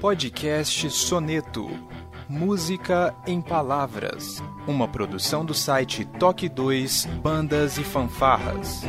Podcast Soneto. Música em Palavras. Uma produção do site Toque 2 Bandas e Fanfarras.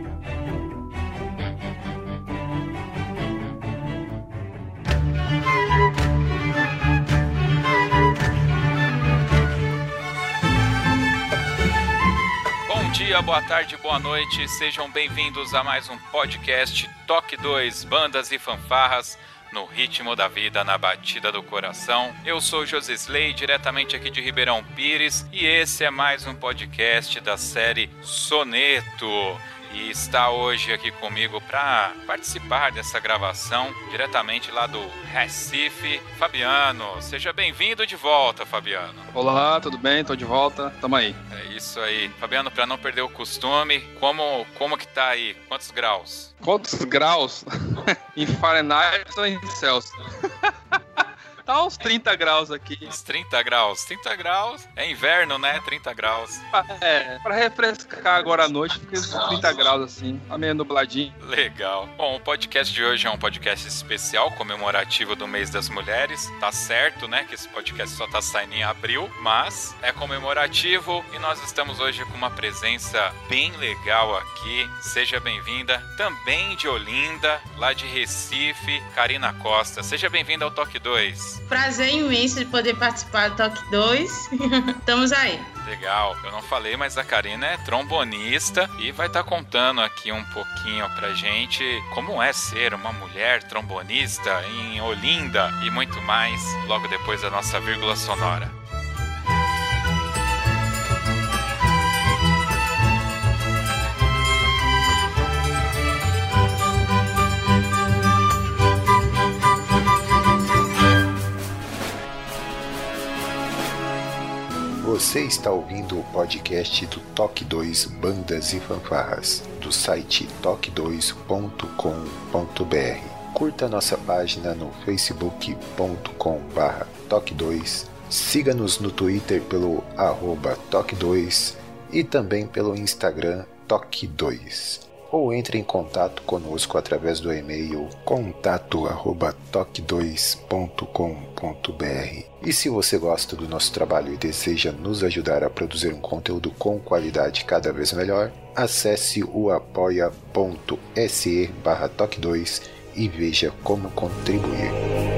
Bom dia, boa tarde, boa noite. Sejam bem-vindos a mais um podcast Toque 2 Bandas e Fanfarras. No ritmo da vida, na batida do coração. Eu sou José Slay, diretamente aqui de Ribeirão Pires, e esse é mais um podcast da série Soneto. E está hoje aqui comigo para participar dessa gravação, diretamente lá do Recife, Fabiano. Seja bem-vindo de volta, Fabiano. Olá, tudo bem? Tô de volta, tamo aí. É isso aí. Fabiano, para não perder o costume, como que tá aí? Quantos graus? Quantos graus? Em Fahrenheit ou em Celsius? Tá uns 30 graus aqui. Uns 30 graus. 30 graus é inverno, né? 30 graus. É, pra refrescar agora à noite, fica uns 30 graus assim, tá meio nubladinho. Legal. Bom, o podcast de hoje é um podcast especial, comemorativo do mês das mulheres. Tá certo, né, que esse podcast só tá saindo em abril, mas é comemorativo e nós estamos hoje com uma presença bem legal aqui. Seja bem-vinda, também de Olinda, lá de Recife, Karina Costa. Seja bem-vinda ao Toque 2. Prazer imenso de poder participar do Toque 2. Estamos aí. Legal. Eu não falei, mas a Karina é trombonista e vai estar contando aqui um pouquinho pra gente como é ser uma mulher trombonista em Olinda e muito mais logo depois da nossa vírgula sonora. Você está ouvindo o podcast do Toque 2 Bandas e Fanfarras, do site toque2.com.br. Curta nossa página no facebook.com/toque2, siga-nos no Twitter pelo @toque2 e também pelo Instagram Toque2. Ou entre em contato conosco através do e-mail contato@toque2.com.br. E se você gosta do nosso trabalho e deseja nos ajudar a produzir um conteúdo com qualidade cada vez melhor, acesse o apoia.se/toque2 e veja como contribuir.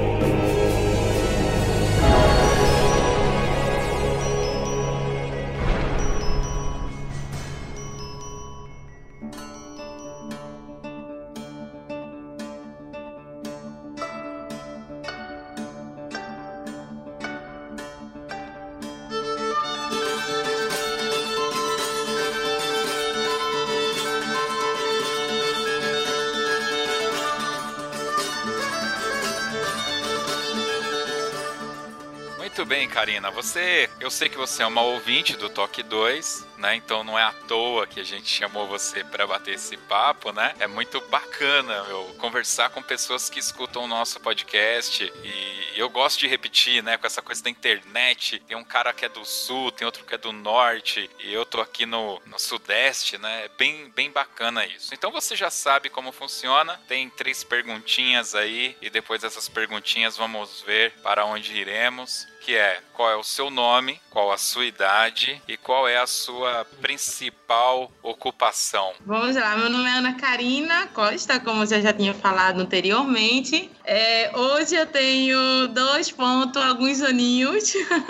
Muito bem, Karina, eu sei que você é uma ouvinte do Toque 2, né? Então não é à toa que a gente chamou você para bater esse papo, né? É muito bacana conversar com pessoas que escutam o nosso podcast e eu gosto de repetir, né? Com essa coisa da internet, tem um cara que é do sul, tem outro que é do norte e eu tô aqui no sudeste, né? É bem bacana isso. Então você já sabe como funciona, tem 3 perguntinhas aí e depois dessas perguntinhas vamos ver para onde iremos. Que é, qual é o seu nome, qual a sua idade e qual é a sua principal ocupação? Vamos lá, meu nome é Ana Karina Costa, como você já tinha falado anteriormente. Hoje eu tenho alguns aninhos,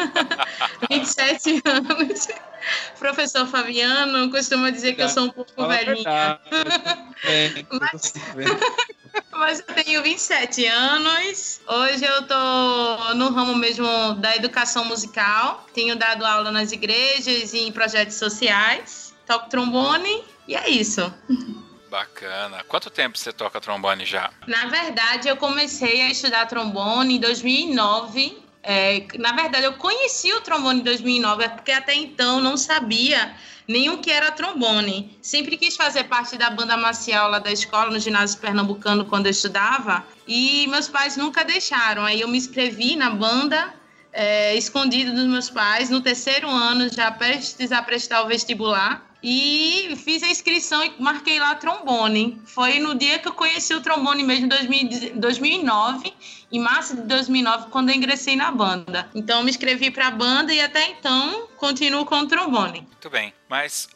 27 anos. Professor Fabiano costuma dizer que eu sou um pouco velhinha. Mas eu tenho 27 anos. Hoje eu tô no ramo mesmo da educação musical. Tenho dado aula nas igrejas e em projetos sociais. Toco trombone e é isso. Bacana. Quanto tempo você toca trombone já? Na verdade, eu comecei a estudar trombone em 2009. Na verdade, eu conheci o trombone em 2009, porque até então não sabia nem o que era trombone. Sempre quis fazer parte da banda marcial lá da escola, no ginásio pernambucano, quando eu estudava, e meus pais nunca deixaram. Aí eu me inscrevi na banda, escondido dos meus pais, no 3º ano, já prestes a prestar o vestibular. e fiz a inscrição e marquei lá trombone. Foi no dia que eu conheci o trombone mesmo, em 2009, em março de 2009, quando eu ingressei na banda. Então, eu me inscrevi para a banda e até então continuo com o trombone. Muito bem, mas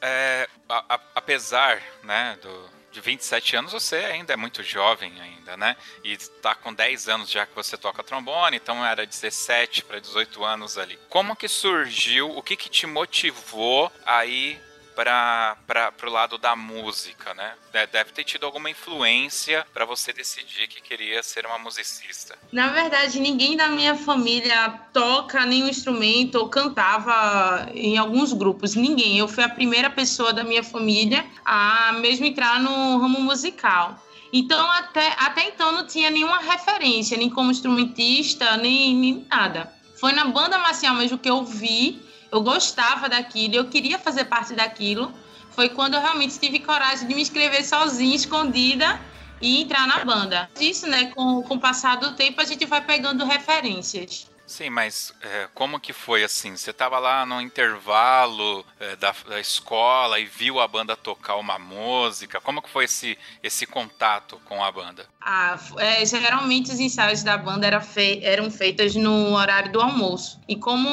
apesar, né, de 27 anos, você ainda é muito jovem ainda, né? E tá com 10 anos já que você toca trombone, então era 17 para 18 anos ali. Como que surgiu, o que te motivou a ir pro lado da música, né? Deve ter tido alguma influência para você decidir que queria ser uma musicista. Na verdade, ninguém da minha família toca nenhum instrumento ou cantava em alguns grupos. Ninguém. Eu fui a primeira pessoa da minha família a mesmo entrar no ramo musical. Então, até então, não tinha nenhuma referência, nem como instrumentista, nem nada. Foi na banda marcial mesmo que eu vi. Eu gostava daquilo, eu queria fazer parte daquilo. Foi quando eu realmente tive coragem de me inscrever sozinha, escondida, e entrar na banda. Isso, né, com o passar do tempo, a gente vai pegando referências. Sim, mas como que foi assim? Você estava lá no intervalo da escola e viu a banda tocar uma música? Como que foi esse contato com a banda? Geralmente os ensaios da banda eram feitos no horário do almoço. E como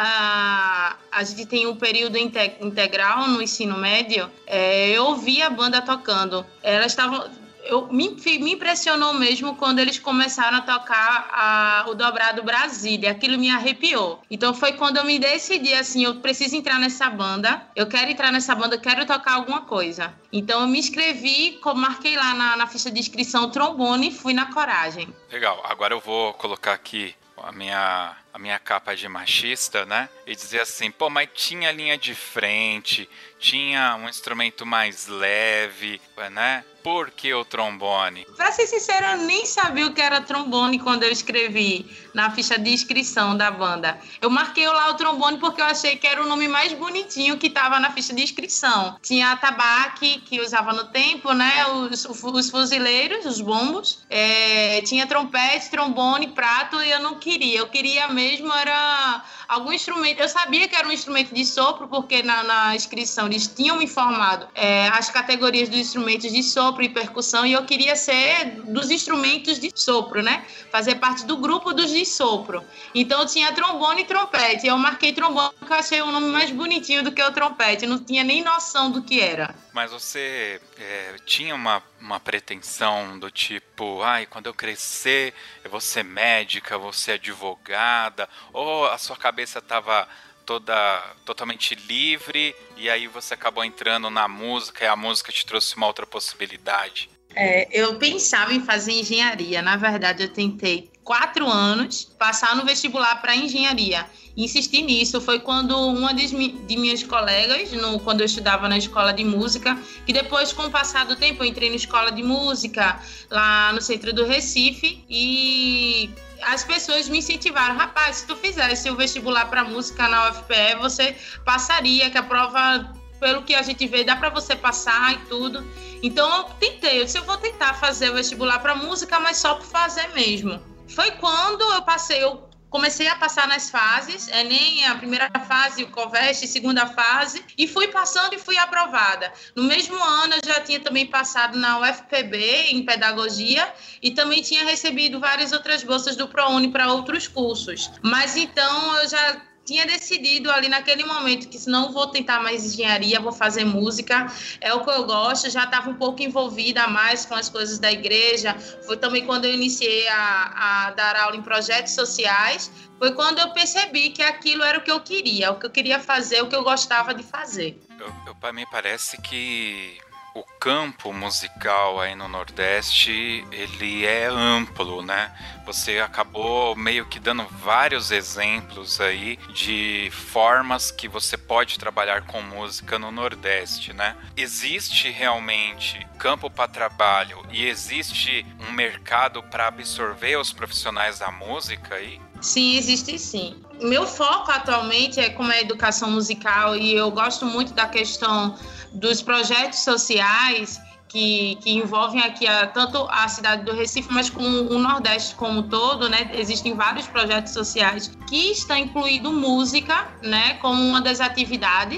a gente tem um período integral no ensino médio, eu ouvi a banda tocando. Elas estavam... Me impressionou mesmo quando eles começaram a tocar o Dobrado Brasília. Aquilo me arrepiou. Então foi quando eu me decidi, assim, eu preciso entrar nessa banda. Eu quero entrar nessa banda, eu quero tocar alguma coisa. Então eu me inscrevi, marquei lá na ficha de inscrição trombone e fui na coragem. Legal. Agora eu vou colocar aqui a minha capa de machista, né? E dizer assim, pô, mas tinha linha de frente, tinha um instrumento mais leve, né? Por que o trombone? Pra ser sincera, eu nem sabia o que era trombone quando eu escrevi na ficha de inscrição da banda. Eu marquei lá o trombone porque eu achei que era o nome mais bonitinho que estava na ficha de inscrição. Tinha atabaque, que usava no tempo, né? Os fuzileiros, os bombos. Tinha trompete, trombone, prato, e eu não queria. Eu queria mesmo era algum instrumento. Eu sabia que era um instrumento de sopro, porque na inscrição eles tinham me informado as categorias dos instrumentos de sopro e percussão, e eu queria ser dos instrumentos de sopro, né? Fazer parte do grupo dos de sopro. Então tinha trombone e trompete. Eu marquei trombone porque eu achei o nome mais bonitinho do que o trompete. Eu não tinha nem noção do que era. Mas você tinha uma pretensão do tipo, quando eu crescer, eu vou ser médica, eu vou ser advogada, ou a sua cabeça estava totalmente livre e aí você acabou entrando na música e a música te trouxe uma outra possibilidade? Eu pensava em fazer engenharia. Na verdade, eu tentei 4 anos passar no vestibular para engenharia. Insisti nisso. Foi quando uma de minhas colegas, quando eu estudava na escola de música, que depois, com o passar do tempo, eu entrei na escola de música lá no centro do Recife, e as pessoas me incentivaram: rapaz, se tu fizesse o vestibular para música na UFPE, você passaria, que a prova, pelo que a gente vê, dá para você passar e tudo. Então eu tentei, eu disse, eu vou tentar fazer o vestibular para música, mas só por fazer mesmo. Foi quando eu comecei a passar nas fases, nem a primeira fase, o COVEST, segunda fase, e fui passando e fui aprovada. No mesmo ano, eu já tinha também passado na UFPB, em pedagogia, e também tinha recebido várias outras bolsas do ProUni para outros cursos. Mas então, eu já tinha decidido ali naquele momento que se não vou tentar mais engenharia, vou fazer música, é o que eu gosto. Já estava um pouco envolvida mais com as coisas da igreja. Foi também quando eu iniciei a dar aula em projetos sociais, foi quando eu percebi que aquilo era o que eu queria fazer, o que eu gostava de fazer. Me parece que o campo musical aí no Nordeste, ele é amplo, né? Você acabou meio que dando vários exemplos aí de formas que você pode trabalhar com música no Nordeste, né? Existe realmente campo para trabalho e existe um mercado para absorver os profissionais da música aí? Sim, existe sim. Meu foco atualmente é como a educação musical, e eu gosto muito da questão dos projetos sociais que envolvem aqui tanto a cidade do Recife, mas com o Nordeste como um todo, né? Existem vários projetos sociais que está incluído música, né, como uma das atividades.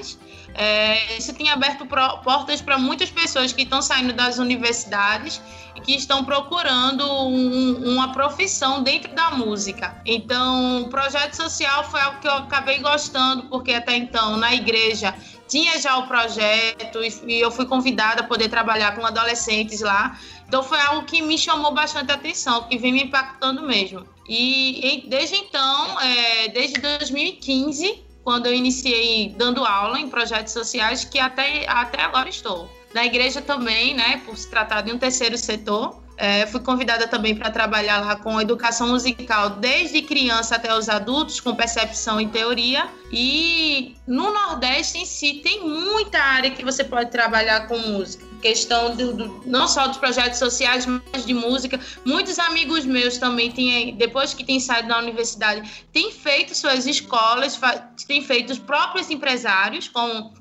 isso tem aberto portas para muitas pessoas que estão saindo das universidades e que estão procurando uma profissão dentro da música. Então, o projeto social foi algo que eu acabei gostando, porque até então, na igreja, tinha já o projeto e eu fui convidada a poder trabalhar com adolescentes lá. Então, foi algo que me chamou bastante atenção, que vem me impactando mesmo. E desde então, desde 2015, quando eu iniciei dando aula em projetos sociais, que até agora estou. Na igreja também, né, por se tratar de um terceiro setor, fui convidada também para trabalhar lá com educação musical desde criança até os adultos, com percepção e teoria. E no Nordeste em si tem muita área que você pode trabalhar com música. Questão não só dos projetos sociais, mas de música. Muitos amigos meus também, depois que têm saído da universidade, têm feito suas escolas, têm feito os próprios empresários,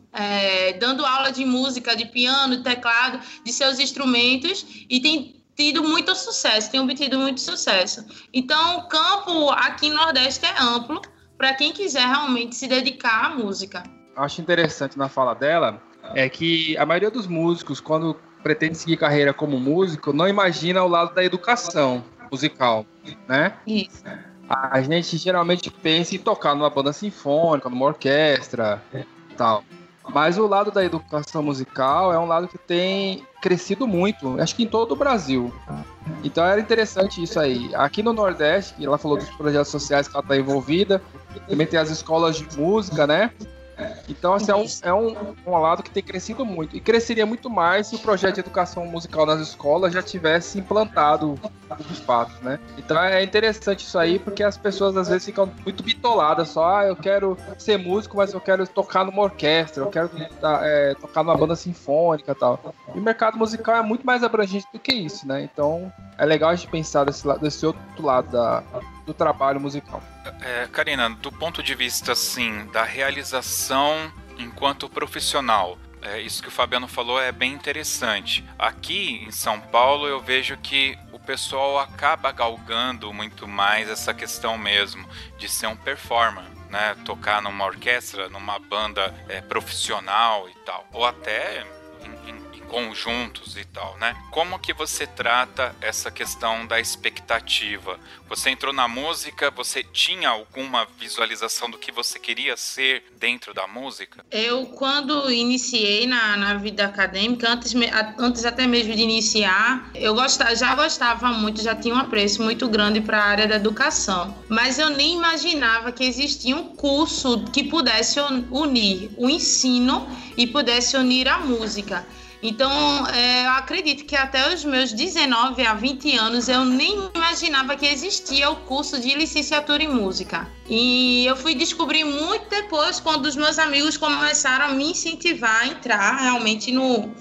dando aula de música, de piano, de teclado, de seus instrumentos, e têm tido muito sucesso, tem obtido muito sucesso. Então, o campo aqui no Nordeste é amplo para quem quiser realmente se dedicar à música. Acho interessante na fala dela é que a maioria dos músicos, quando pretende seguir carreira como músico, não imagina o lado da educação musical, né? Isso. A gente geralmente pensa em tocar numa banda sinfônica, numa orquestra e tal. Mas o lado da educação musical é um lado que tem crescido muito, acho que em todo o Brasil. Então era interessante isso aí. Aqui no Nordeste, ela falou dos projetos sociais que ela está envolvida, também tem as escolas de música, né? Então, assim, é um lado que tem crescido muito. E cresceria muito mais se o projeto de educação musical nas escolas já tivesse implantado de fato, né? Então é interessante isso aí, porque as pessoas às vezes ficam muito bitoladas só. Eu quero ser músico, mas eu quero tocar numa orquestra, eu quero tocar numa banda sinfônica e tal. E o mercado musical é muito mais abrangente do que isso, né? Então é legal a gente pensar desse outro lado do trabalho musical. Karina, do ponto de vista, assim, da realização enquanto profissional, isso que o Fabiano falou é bem interessante. Aqui em São Paulo eu vejo que o pessoal acaba galgando muito mais essa questão mesmo de ser um performer, né? Tocar numa orquestra, numa banda profissional e tal, ou até em conjuntos e tal, né? Como que você trata essa questão da expectativa? Você entrou na música, você tinha alguma visualização do que você queria ser dentro da música? Eu, quando iniciei na vida acadêmica, antes até mesmo de iniciar, já gostava muito, já tinha um apreço muito grande para a área da educação. Mas eu nem imaginava que existia um curso que pudesse unir o ensino e pudesse unir a música. Então, eu acredito que até os meus 19 a 20 anos eu nem imaginava que existia o curso de licenciatura em música. E eu fui descobrir muito depois, quando os meus amigos começaram a me incentivar a entrar realmente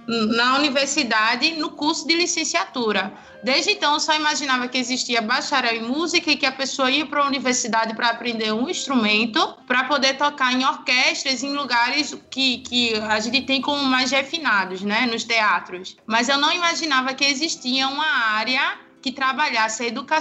na universidade, no curso de licenciatura. Desde então, eu só imaginava que existia bacharel em música e que a pessoa ia para a universidade para aprender um instrumento, para poder tocar em orquestras, em lugares que a gente tem como mais refinados, né, nos teatros. Mas eu não imaginava que existia uma área que trabalhasse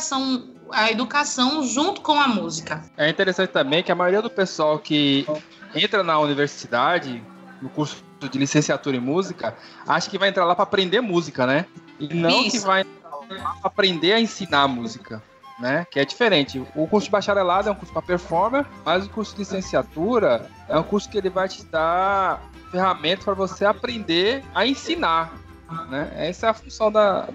a educação junto com a música. É interessante também que a maioria do pessoal que entra na universidade, no curso de licenciatura em música, acha que vai entrar lá para aprender música, né? E não Isso. Que vai aprender a ensinar música, né? Que é diferente. O curso de bacharelado é um curso para performer, mas o curso de licenciatura é um curso que ele vai te dar ferramentas para você aprender a ensinar, né? Essa é a função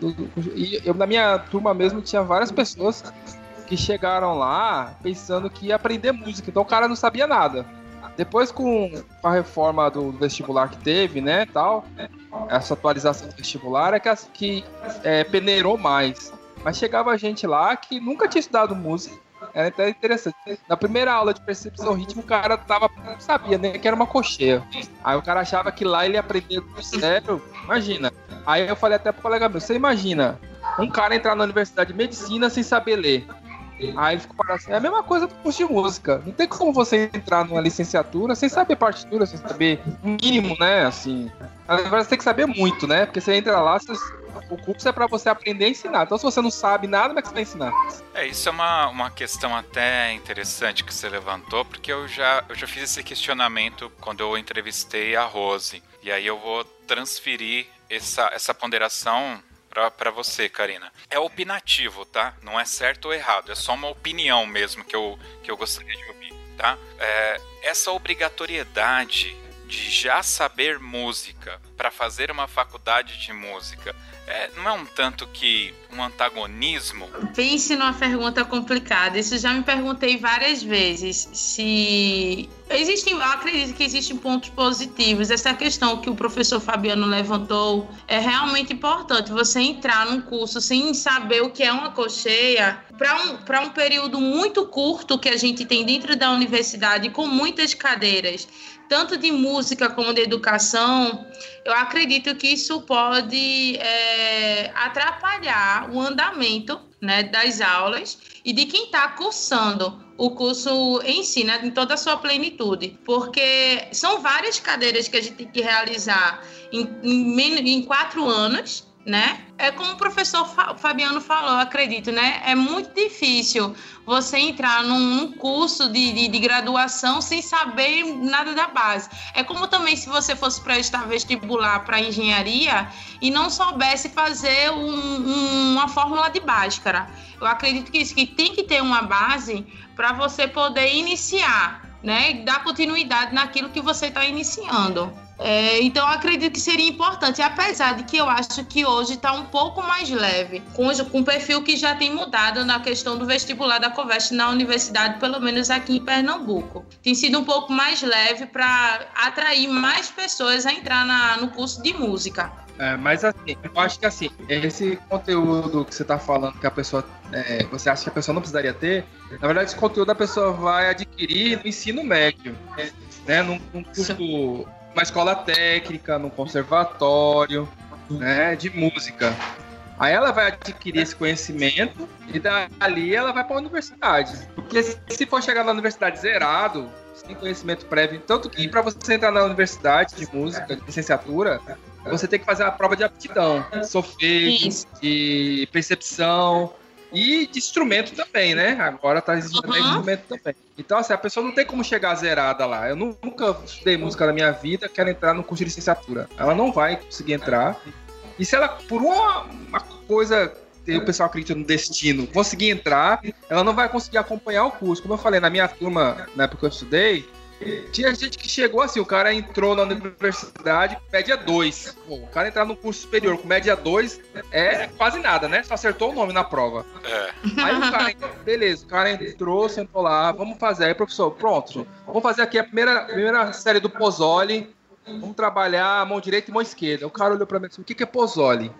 E eu, na minha turma mesmo, tinha várias pessoas que chegaram lá pensando que ia aprender música, então o cara não sabia nada. Depois, com a reforma do vestibular que teve, né, tal, essa atualização do vestibular que peneirou mais. Mas chegava gente lá que nunca tinha estudado música. Era até interessante. Na primeira aula de percepção ritmo, o cara não sabia nem que era uma cocheia. Aí o cara achava que lá ele ia aprender do zero. Imagina. Aí eu falei até pro colega meu, você imagina um cara entrar na universidade de medicina sem saber ler. Aí ele ficou parado assim, é a mesma coisa do curso de música. Não tem como você entrar numa licenciatura sem saber partitura, sem saber o mínimo, né, assim. Agora você tem que saber muito, né, porque você entra lá, O curso é para você aprender a ensinar. Então, se você não sabe nada, como é que você vai ensinar? Isso é uma questão até interessante que você levantou, porque eu já fiz esse questionamento quando eu entrevistei a Rose. E aí eu vou transferir essa ponderação para você, Karina. É opinativo, tá? Não é certo ou errado, é só uma opinião mesmo que eu gostaria de ouvir, tá? Essa obrigatoriedade de já saber música para fazer uma faculdade de música, não é um tanto que um antagonismo? Pense numa pergunta complicada. Isso já me perguntei várias vezes. Eu acredito que existem pontos positivos. Essa questão que o professor Fabiano levantou é realmente importante. Você entrar num curso sem saber o que é uma cocheia, para um período muito curto que a gente tem dentro da universidade, com muitas cadeiras, tanto de música como de educação, eu acredito que isso pode atrapalhar o andamento, né, das aulas e de quem está cursando o curso em si, né, em toda a sua plenitude, porque são várias cadeiras que a gente tem que realizar em 4 anos, né? É como o professor Fabiano falou, eu acredito, né? É muito difícil você entrar num curso de graduação sem saber nada da base. É como também se você fosse prestar vestibular para engenharia e não soubesse fazer uma fórmula de Bhaskara. Eu acredito que tem que ter uma base para você poder iniciar, né? E dar continuidade naquilo que você está iniciando. Então, eu acredito que seria importante, apesar de que eu acho que hoje está um pouco mais leve, com o perfil que já tem mudado na questão do vestibular da COVEST na universidade, pelo menos aqui em Pernambuco. Tem sido um pouco mais leve para atrair mais pessoas a entrar no curso de música. Mas assim, eu acho que assim, esse conteúdo que você está falando que a pessoa, você acha que a pessoa não precisaria ter, na verdade esse conteúdo a pessoa vai adquirir no ensino médio, né, num curso, uma escola técnica, num conservatório, né, de música. Aí ela vai adquirir esse conhecimento e dali ela vai para a universidade. Porque se for chegar na universidade zerado, sem conhecimento prévio, tanto que para você entrar na universidade de música, de licenciatura, você tem que fazer a prova de aptidão, solfejo, de percepção e de instrumento também, né? Agora está exigindo instrumento também. Então, assim, a pessoa não tem como chegar zerada lá. Eu nunca estudei música na minha vida, quero entrar no curso de licenciatura. Ela não vai conseguir entrar. E se ela, por uma coisa, o pessoal acredita no destino, conseguir entrar, ela não vai conseguir acompanhar o curso. Como eu falei, na minha turma, na época que eu estudei, tinha gente que chegou assim, o cara entrou na universidade com média 2. Pô, o cara entrar no curso superior com média 2 é quase nada, né? Só acertou o nome na prova. Aí o cara, beleza, o cara entrou, sentou lá, vamos fazer. Aí, professor, pronto, vamos fazer aqui a primeira série do Pozzoli. Vamos trabalhar mão direita e mão esquerda. O cara olhou pra mim e disse, o que é Pozzoli?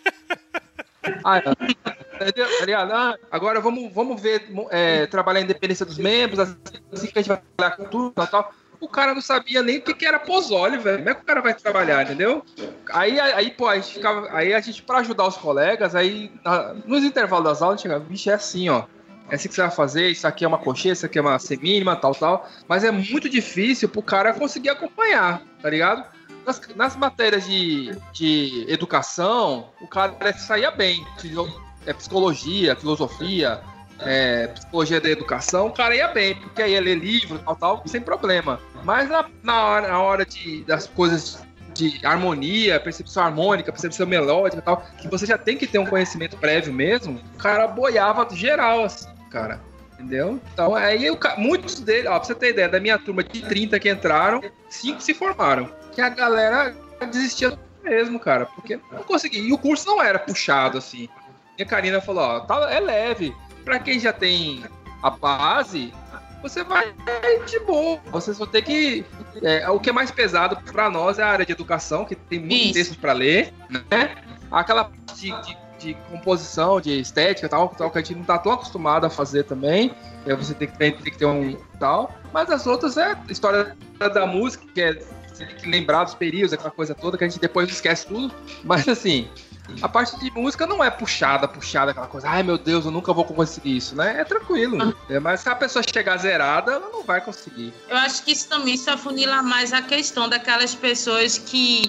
Agora vamos ver, trabalhar a independência dos membros, assim que a gente vai trabalhar com tudo, tal. O cara não sabia nem o que era Pozzoli, velho. Como é que o cara vai trabalhar, entendeu? Aí pô, a gente, pra ajudar os colegas, nos intervalos das aulas, a gente chegava, bicho, é assim, ó. É assim que você vai fazer, isso aqui é uma cocheia, isso aqui é uma semínima, tal. Mas é muito difícil pro cara conseguir acompanhar, tá ligado? Nas matérias de educação, o cara saía bem. Psicologia, filosofia, psicologia da educação, o cara ia bem, porque aí ia ler livro, tal, sem problema. Mas na hora das coisas de harmonia, percepção harmônica, percepção melódica e tal, que você já tem que ter um conhecimento prévio mesmo, o cara boiava geral, assim, cara. Entendeu? Então, aí muitos deles, ó, pra você ter ideia, da minha turma de 30 que entraram, 5 se formaram. Que a galera desistia mesmo, cara, porque não conseguia. E o curso não era puxado, assim. E a Karina falou, ó, é leve. Pra quem já tem a base, você vai de boa. Você só tem que... o que é mais pesado pra nós é a área de educação, que tem muitos textos pra ler, né? Aquela de composição, de estética, tal, que a gente não tá tão acostumado a fazer também. Você tem que ter um tal. Mas as outras história da música, que você tem que lembrar dos períodos, aquela coisa toda, que a gente depois esquece tudo. Mas assim, a parte de música não é puxada, aquela coisa, ai meu Deus, eu nunca vou conseguir isso, né? É tranquilo. Mas se a pessoa chegar zerada, ela não vai conseguir. Eu acho que isso também se afunila mais a questão daquelas pessoas que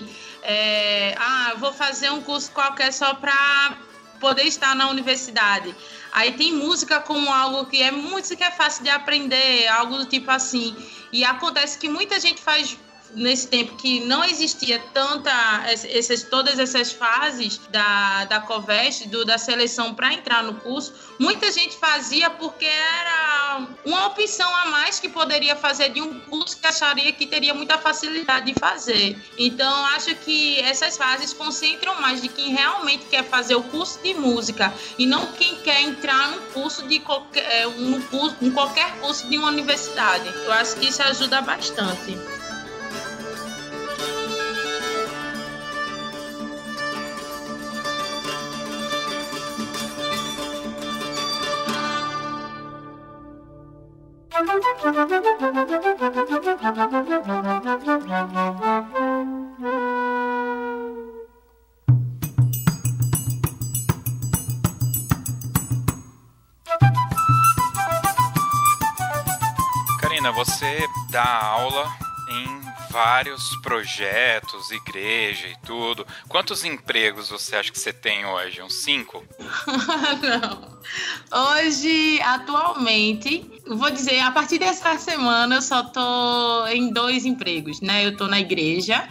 vou fazer um curso qualquer só para poder estar na universidade. Aí tem música como algo que música é fácil de aprender, algo do tipo assim. E acontece que muita gente faz nesse tempo que não existia todas essas fases da COVEST, da seleção para entrar no curso, muita gente fazia porque era uma opção a mais que poderia fazer de um curso que acharia que teria muita facilidade de fazer. Então, acho que essas fases concentram mais de quem realmente quer fazer o curso de música e não quem quer entrar num curso de qualquer curso de uma universidade. Eu acho que isso ajuda bastante. Karina, você dá aula em vários projetos, igreja e tudo. Quantos empregos você acha que você tem hoje? Uns 5? Não. Hoje, atualmente, vou dizer, a partir dessa semana eu só tô em 2 empregos, né? Eu tô na igreja,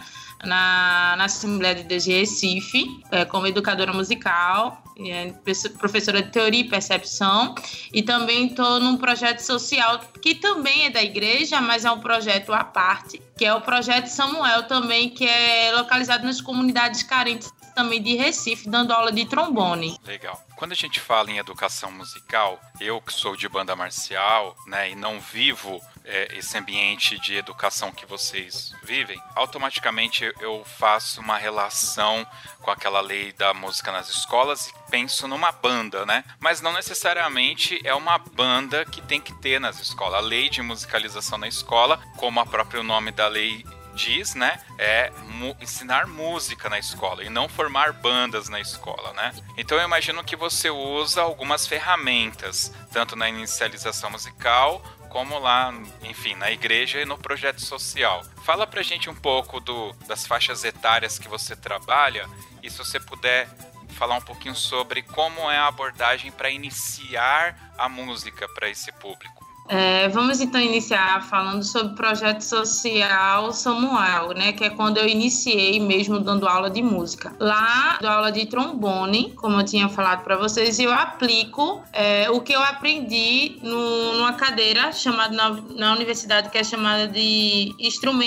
na Assembleia de Deus de Recife, como educadora musical, professora de teoria e percepção, e também estou num projeto social que também é da igreja, mas é um projeto à parte, que é o Projeto Samuel também, que é localizado nas comunidades carentes também de Recife, dando aula de trombone. Legal. Quando a gente fala em educação musical, eu que sou de banda marcial, né, e não vivo esse ambiente de educação que vocês vivem, automaticamente eu faço uma relação com aquela lei da música nas escolas e penso numa banda, né? Mas não necessariamente é uma banda que tem que ter nas escolas. A lei de musicalização na escola, como o próprio nome da lei diz, né, é ensinar música na escola e não formar bandas na escola, né? Então eu imagino que você usa algumas ferramentas, tanto na inicialização musical, como lá, enfim, na igreja e no projeto social. Fala pra gente um pouco das faixas etárias que você trabalha e se você puder falar um pouquinho sobre como é a abordagem para iniciar a música para esse público. Vamos então iniciar falando sobre o projeto social Samuel, né, que é quando eu iniciei mesmo dando aula de música. Lá, dou aula de trombone, como eu tinha falado para vocês, e eu aplico o que eu aprendi numa cadeira chamada na universidade, que é chamada de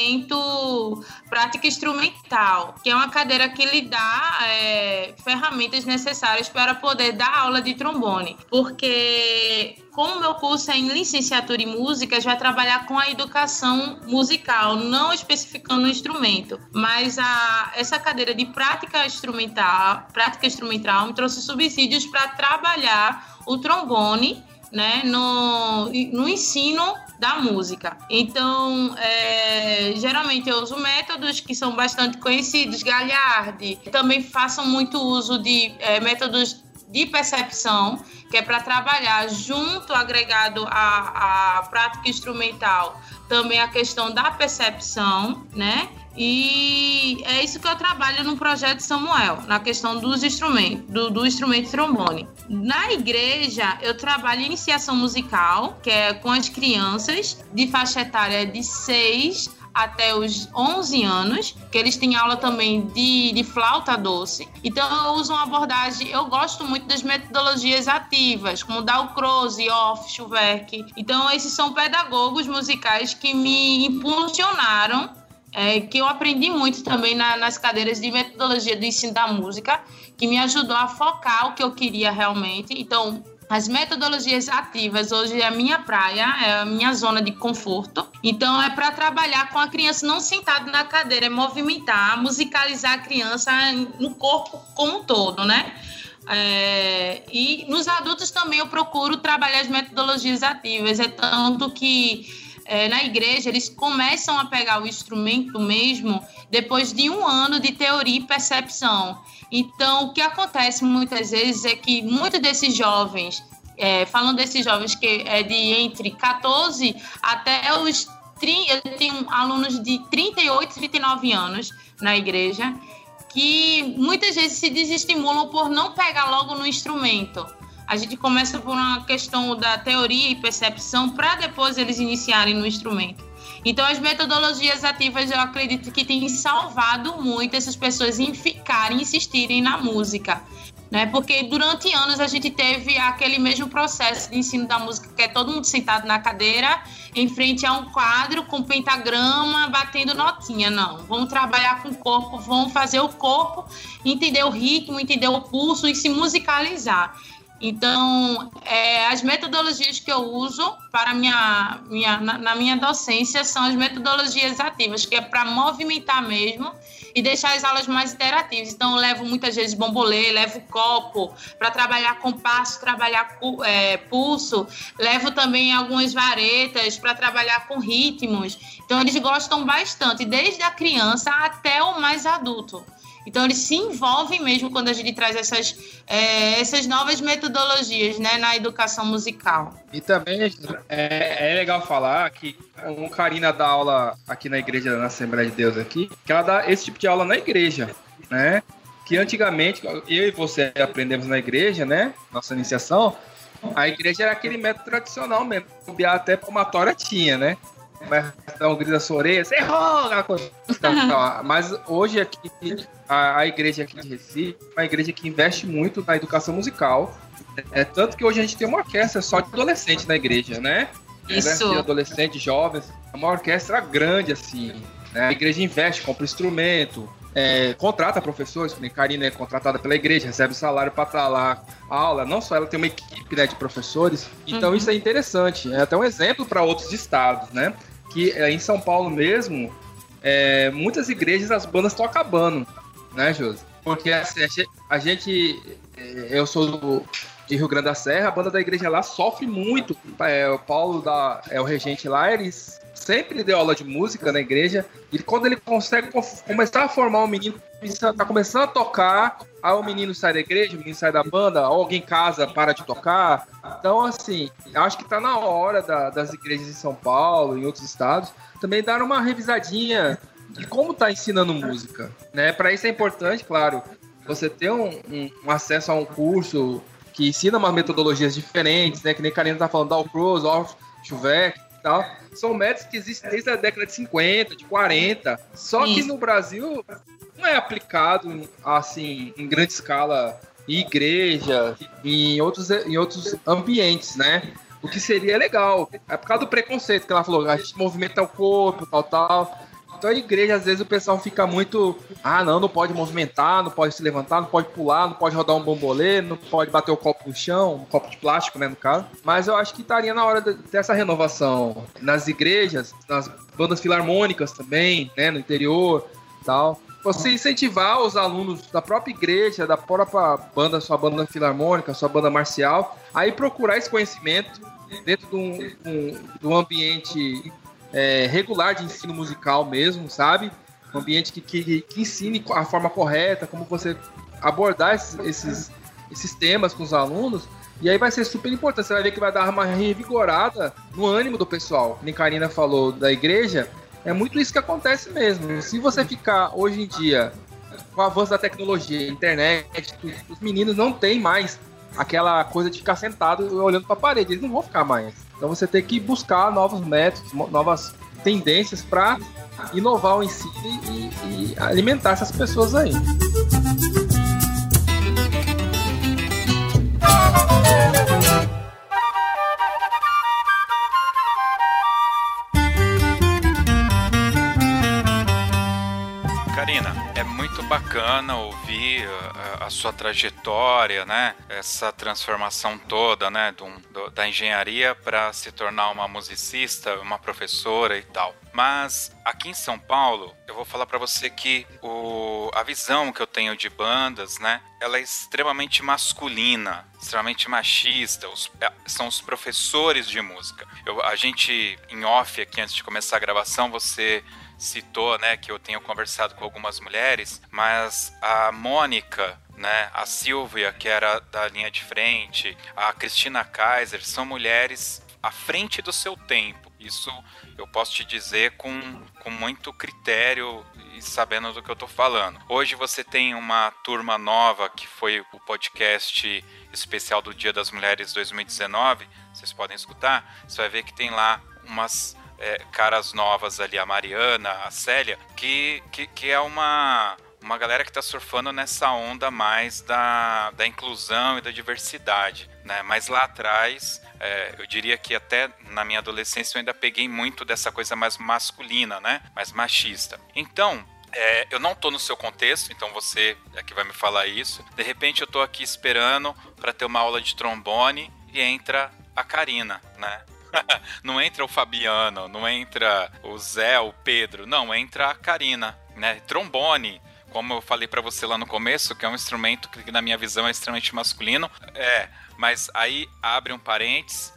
prática instrumental, que é uma cadeira que lhe dá ferramentas necessárias para poder dar aula de trombone, porque como o meu curso é em licenciatura em músicas, vai trabalhar com a educação musical, não especificando o instrumento. Mas essa cadeira de prática instrumental me trouxe subsídios para trabalhar o trombone, né, no ensino da música. Então, geralmente eu uso métodos que são bastante conhecidos, Gagliardi. Também faço muito uso de métodos de percepção, que é para trabalhar junto, agregado à prática instrumental, também a questão da percepção, né? E é isso que eu trabalho no projeto Samuel, na questão dos instrumentos, do instrumento trombone. Na igreja, eu trabalho em iniciação musical, que é com as crianças de faixa etária de 6 até os 11 anos, que eles têm aula também de flauta doce. Então eu uso uma abordagem, eu gosto muito das metodologias ativas, como Dalcroze, Orff, Schuwerk. Então esses são pedagogos musicais que me impulsionaram, que eu aprendi muito também nas cadeiras de metodologia do ensino da música, que me ajudou a focar o que eu queria realmente. Então, as metodologias ativas hoje é a minha praia, é a minha zona de conforto. Então, é para trabalhar com a criança não sentada na cadeira, é movimentar, musicalizar a criança no corpo como um todo, né? E nos adultos também eu procuro trabalhar as metodologias ativas. É tanto que na igreja eles começam a pegar o instrumento mesmo depois de 1 ano de teoria e percepção. Então, o que acontece muitas vezes é que muitos desses jovens, falando desses jovens que é de entre 14 até os 30, eu tenho alunos de 38, 39 anos na igreja, que muitas vezes se desestimulam por não pegar logo no instrumento. A gente começa por uma questão da teoria e percepção para depois eles iniciarem no instrumento. Então, as metodologias ativas, eu acredito que têm salvado muito essas pessoas em ficarem, insistirem na música, né? Porque durante anos a gente teve aquele mesmo processo de ensino da música, que é todo mundo sentado na cadeira, em frente a um quadro com pentagrama, batendo notinha. Não, vamos trabalhar com o corpo, vamos fazer o corpo, entender o ritmo, entender o pulso e se musicalizar. Então, as metodologias que eu uso para na minha docência são as metodologias ativas, que é para movimentar mesmo e deixar as aulas mais interativas. Então, eu levo muitas vezes bombolê, levo copo para trabalhar compasso, trabalhar pulso, levo também algumas varetas para trabalhar com ritmos. Então, eles gostam bastante, desde a criança até o mais adulto. Então, eles se envolvem mesmo quando a gente traz essas novas metodologias, né, na educação musical. E também é legal falar que o Karina dá aula aqui na igreja, na Assembleia de Deus aqui, que ela dá esse tipo de aula na igreja, né? Que antigamente, eu e você aprendemos na igreja, né? Nossa iniciação, a igreja era aquele método tradicional mesmo. Até palmatória tinha, né? Mas dá um grito na sua orelha, você errou, aquela coisa. Mas hoje aqui, a igreja aqui de Recife é uma igreja que investe muito na educação musical. Tanto que hoje a gente tem uma orquestra só de adolescente na igreja, né? Isso. De adolescentes, jovens. É uma orquestra grande, assim. Né? A igreja investe, compra instrumento, contrata professores, como a Karina é contratada pela igreja, recebe salário para estar lá aula. Não só ela tem uma equipe, né, de professores. Então isso é interessante. É até um exemplo para outros estados, né? Que em São Paulo mesmo, muitas igrejas as bandas estão acabando, né, Josi? Porque assim, eu sou de Rio Grande da Serra, a banda da igreja lá sofre muito. O Paulo, o regente lá, eles sempre deu aula de música na igreja, e quando ele consegue começar a formar um menino, tá começando a tocar, aí o menino sai da igreja, o menino sai da banda, ou alguém em casa para de tocar. Então, assim, acho que tá na hora das igrejas em São Paulo e em outros estados também dar uma revisadinha de como tá ensinando música, né? Para isso é importante, claro, você ter um acesso a um curso que ensina umas metodologias diferentes, né? Que nem a Karina tá falando, Dalcroze, Orff, Schubeck e tal. São métodos que existem desde a década de 50, de 40. Só que no Brasil não é aplicado assim em grande escala em igreja, em outros ambientes, né? O que seria legal. É por causa do preconceito que ela falou, a gente movimenta o corpo, tal. Então a igreja, às vezes, o pessoal fica muito... não pode movimentar, não pode se levantar, não pode pular, não pode rodar um bambolê, não pode bater o copo no chão, um copo de plástico, né, no caso. Mas eu acho que estaria na hora dessa renovação nas igrejas, nas bandas filarmônicas também, né, no interior e tal. Você incentivar os alunos da própria igreja, da própria banda, sua banda filarmônica, sua banda marcial, aí procurar esse conhecimento dentro de um ambiente... regular de ensino musical mesmo, sabe? Um ambiente que ensine a forma correta, como você abordar esses temas com os alunos, e aí vai ser super importante. Você vai ver que vai dar uma revigorada no ânimo do pessoal. Como a Karina falou da igreja, é muito isso que acontece mesmo. Se você ficar hoje em dia com o avanço da tecnologia, internet, os meninos não têm mais aquela coisa de ficar sentado olhando para a parede, eles não vão ficar mais. Então você tem que buscar novos métodos, novas tendências para inovar o ensino e alimentar essas pessoas aí. Karina, é muito bacana ouvir a sua trajetória, né? Essa transformação toda, né? Da engenharia para se tornar uma musicista, uma professora e tal. Mas aqui em São Paulo, eu vou falar para você que a visão que eu tenho de bandas, né? Ela é extremamente masculina, extremamente machista. São os professores de música. A gente, em off aqui, antes de começar a gravação, você citou, né, que eu tenho conversado com algumas mulheres, mas a Mônica, né, a Silvia, que era da linha de frente, a Cristina Kaiser, são mulheres à frente do seu tempo. Isso eu posso te dizer com muito critério e sabendo do que eu tô falando. Hoje você tem uma turma nova, que foi o podcast especial do Dia das Mulheres 2019, vocês podem escutar, você vai ver que tem lá umas caras novas ali, a Mariana, a Célia, que é uma galera que está surfando nessa onda mais da inclusão e da diversidade, né? Mas lá atrás, eu diria que até na minha adolescência eu ainda peguei muito dessa coisa mais masculina, né? Mais machista. Então, eu não tô no seu contexto, então você é que vai me falar isso. De repente eu tô aqui esperando para ter uma aula de trombone e entra a Karina, né? Não entra o Fabiano, não entra o Zé, o Pedro, não, entra a Karina, né? Trombone, como eu falei pra você lá no começo, que é um instrumento que na minha visão é extremamente masculino, mas aí abre um parênteses,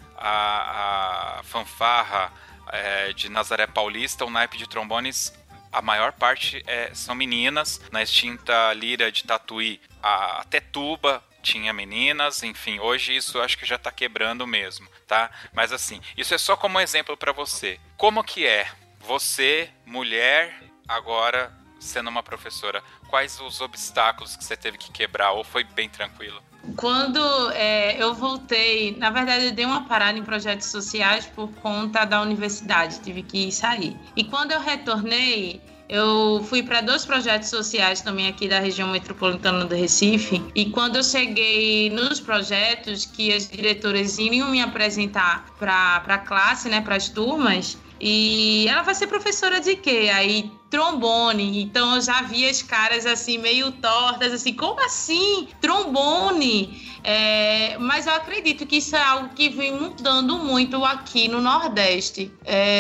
a fanfarra de Nazaré Paulista, o naipe de trombones, a maior parte são meninas, na extinta Lira de Tatuí, até tuba tinha meninas, enfim, hoje isso eu acho que já tá quebrando mesmo, tá? Mas assim, isso é só como exemplo pra você. Como que é você, mulher, agora sendo uma professora? Quais os obstáculos que você teve que quebrar, ou foi bem tranquilo? Quando eu voltei, na verdade eu dei uma parada em projetos sociais por conta da universidade, tive que sair. E quando eu retornei, eu fui para 2 projetos sociais também aqui da região metropolitana do Recife. E quando eu cheguei nos projetos, que as diretoras iriam me apresentar para a classe, né, para as turmas, e ela vai ser professora de quê? Aí, trombone. Então eu já vi as caras assim meio tortas, assim, como assim? Trombone? Mas eu acredito que isso é algo que vem mudando muito aqui no Nordeste.